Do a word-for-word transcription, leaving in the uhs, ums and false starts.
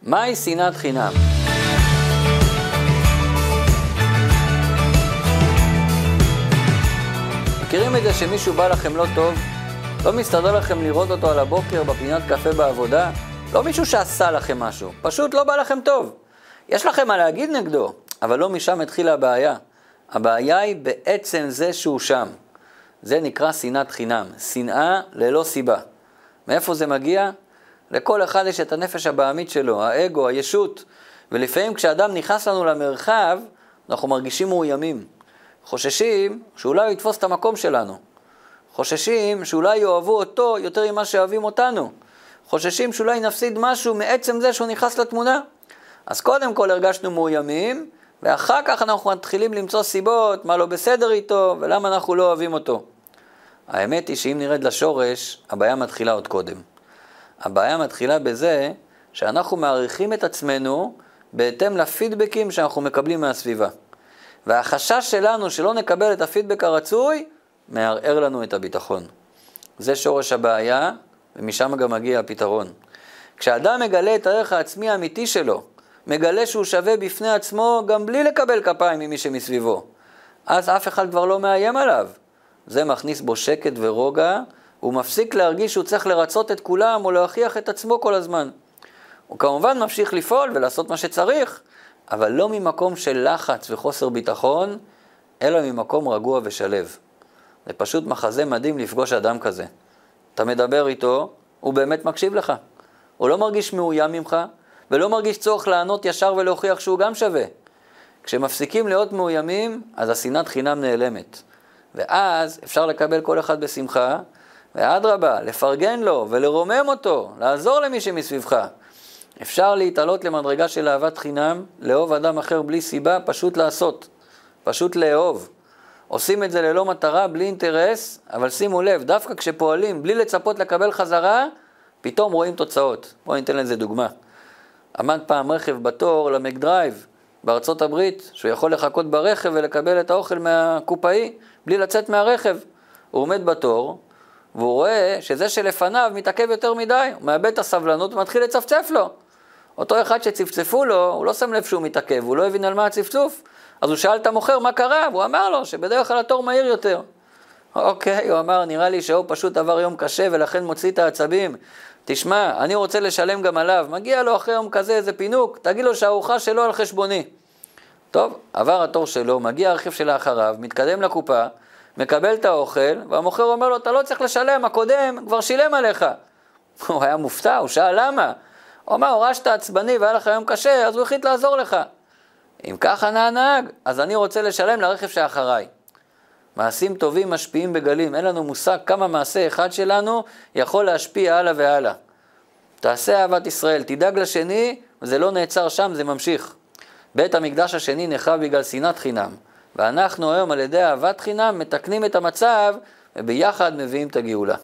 מהי שנאת חינם? מכירים את זה שמישהו בא לכם לא טוב? לא מסתדר לכם לראות אותו על הבוקר בפינת קפה בעבודה? לא מישהו שעשה לכם משהו, פשוט לא בא לכם טוב. יש לכם מה להגיד נגדו, אבל לא משם התחילה הבעיה. הבעיה היא בעצם זה שהוא שם. זה נקרא שנאת חינם, שנאה ללא סיבה. מאיפה זה מגיע? לכל אחד יש את הנפש הבעמית שלו, האגו, הישות. ולפעמים כשאדם נכנס לנו למרחב, אנחנו מרגישים מאוימים. חוששים שאולי הוא יתפוס את המקום שלנו. חוששים שאולי יאהבו אותו יותר ממה שאוהבים אותנו. חוששים שאולי נפסיד משהו מעצם זה שהוא נכנס לתמונה. אז קודם כל הרגשנו מאוימים, ואחר כך אנחנו מתחילים למצוא סיבות, מה לא בסדר איתו, ולמה אנחנו לא אוהבים אותו. האמת היא שאם נרד לשורש, הבעיה מתחילה עוד קודם. הבעיה מתחילה בזה שאנחנו מעריכים את עצמנו בהתאם לפידבקים שאנחנו מקבלים מהסביבה. והחשש שלנו שלא נקבל את הפידבק הרצוי, מערער לנו את הביטחון. זה שורש הבעיה, ומשם גם מגיע הפתרון. כשאדם מגלה את הערך העצמי האמיתי שלו, מגלה שהוא שווה בפני עצמו גם בלי לקבל כפיים ממי שמסביבו, אז אף אחד כבר לא מאיים עליו. זה מכניס בו שקט ורוגע, הוא מפסיק להרגיש שהוא צריך לרצות את כולם או להוכיח את עצמו כל הזמן. הוא כמובן ממשיך לפעול ולעשות מה שצריך, אבל לא ממקום של לחץ וחוסר ביטחון, אלא ממקום רגוע ושלב. זה פשוט מחזה מדהים לפגוש אדם כזה. אתה מדבר איתו, הוא באמת מקשיב לך. הוא לא מרגיש מאוים ממך, ולא מרגיש צורך לענות ישר ולהוכיח שהוא גם שווה. כשמפסיקים להיות מאוימים, אז השנאת חינם נעלמת. ואז אפשר לקבל כל אחד בשמחה, ואדרבה, לפרגן לו ולרומם אותו, לעזור למי שמסביבך. אפשר להתעלות למדרגה של אהבת חינם, לאהוב אדם אחר בלי סיבה, פשוט לעשות, פשוט לאהוב. עושים את זה ללא מטרה, בלי אינטרס, אבל שימו לב, דווקא כשפועלים בלי לצפות לקבל חזרה, פתאום רואים תוצאות. בואו ניתן לזה דוגמה. עמד פעם רכב בתור למקדרייב בארצות הברית, שהוא יכול לחכות ברכב ולקבל את האוכל מהקופאי, בלי לצאת מהרכב. הוא עומד בתור, והוא רואה שזה שלפניו מתעכב יותר מדי, הוא מאבד את הסבלנות ומתחיל לצפצף לו. אותו אחד שצפצפו לו, הוא לא שם לב שהוא מתעכב, הוא לא הבין על מה הצפצוף. אז הוא שאל את המוכר מה קרה, והוא אמר לו שבדרך כלל התור מהיר יותר. אוקיי, הוא אמר, נראה לי שהוא פשוט עבר יום קשה ולכן מוציא את העצבים. תשמע, אני רוצה לשלם גם עליו, מגיע לו אחרי יום כזה איזה פינוק, תגיד לו שהארוחה שלו על חשבוני. טוב, עבר התור שלו, מגיע הרכב שלה אחריו, מתקדם לקופה, מקבל את האוכל, והמוכר אומר לו, אתה לא צריך לשלם, הקודם כבר שילם עליך. הוא היה מופתע, הוא שאל למה? הוא אמר, הורשת עצבני והיה לך יום קשה, אז הוא החליט לעזור לך. אם ככה נהג, אז אני רוצה לשלם לרכב שאחריי. מעשים טובים משפיעים בגלים, אין לנו מושג כמה מעשה אחד שלנו יכול להשפיע הלאה והלאה. תעשה אהבת ישראל, תדאג לשני, וזה לא נעצר שם, זה ממשיך. בית המקדש השני נחרב בגלל שנאת חינם, ואנחנו היום על ידי אהבת חינם מתקנים את המצב, וביחד מביאים את הגאולה.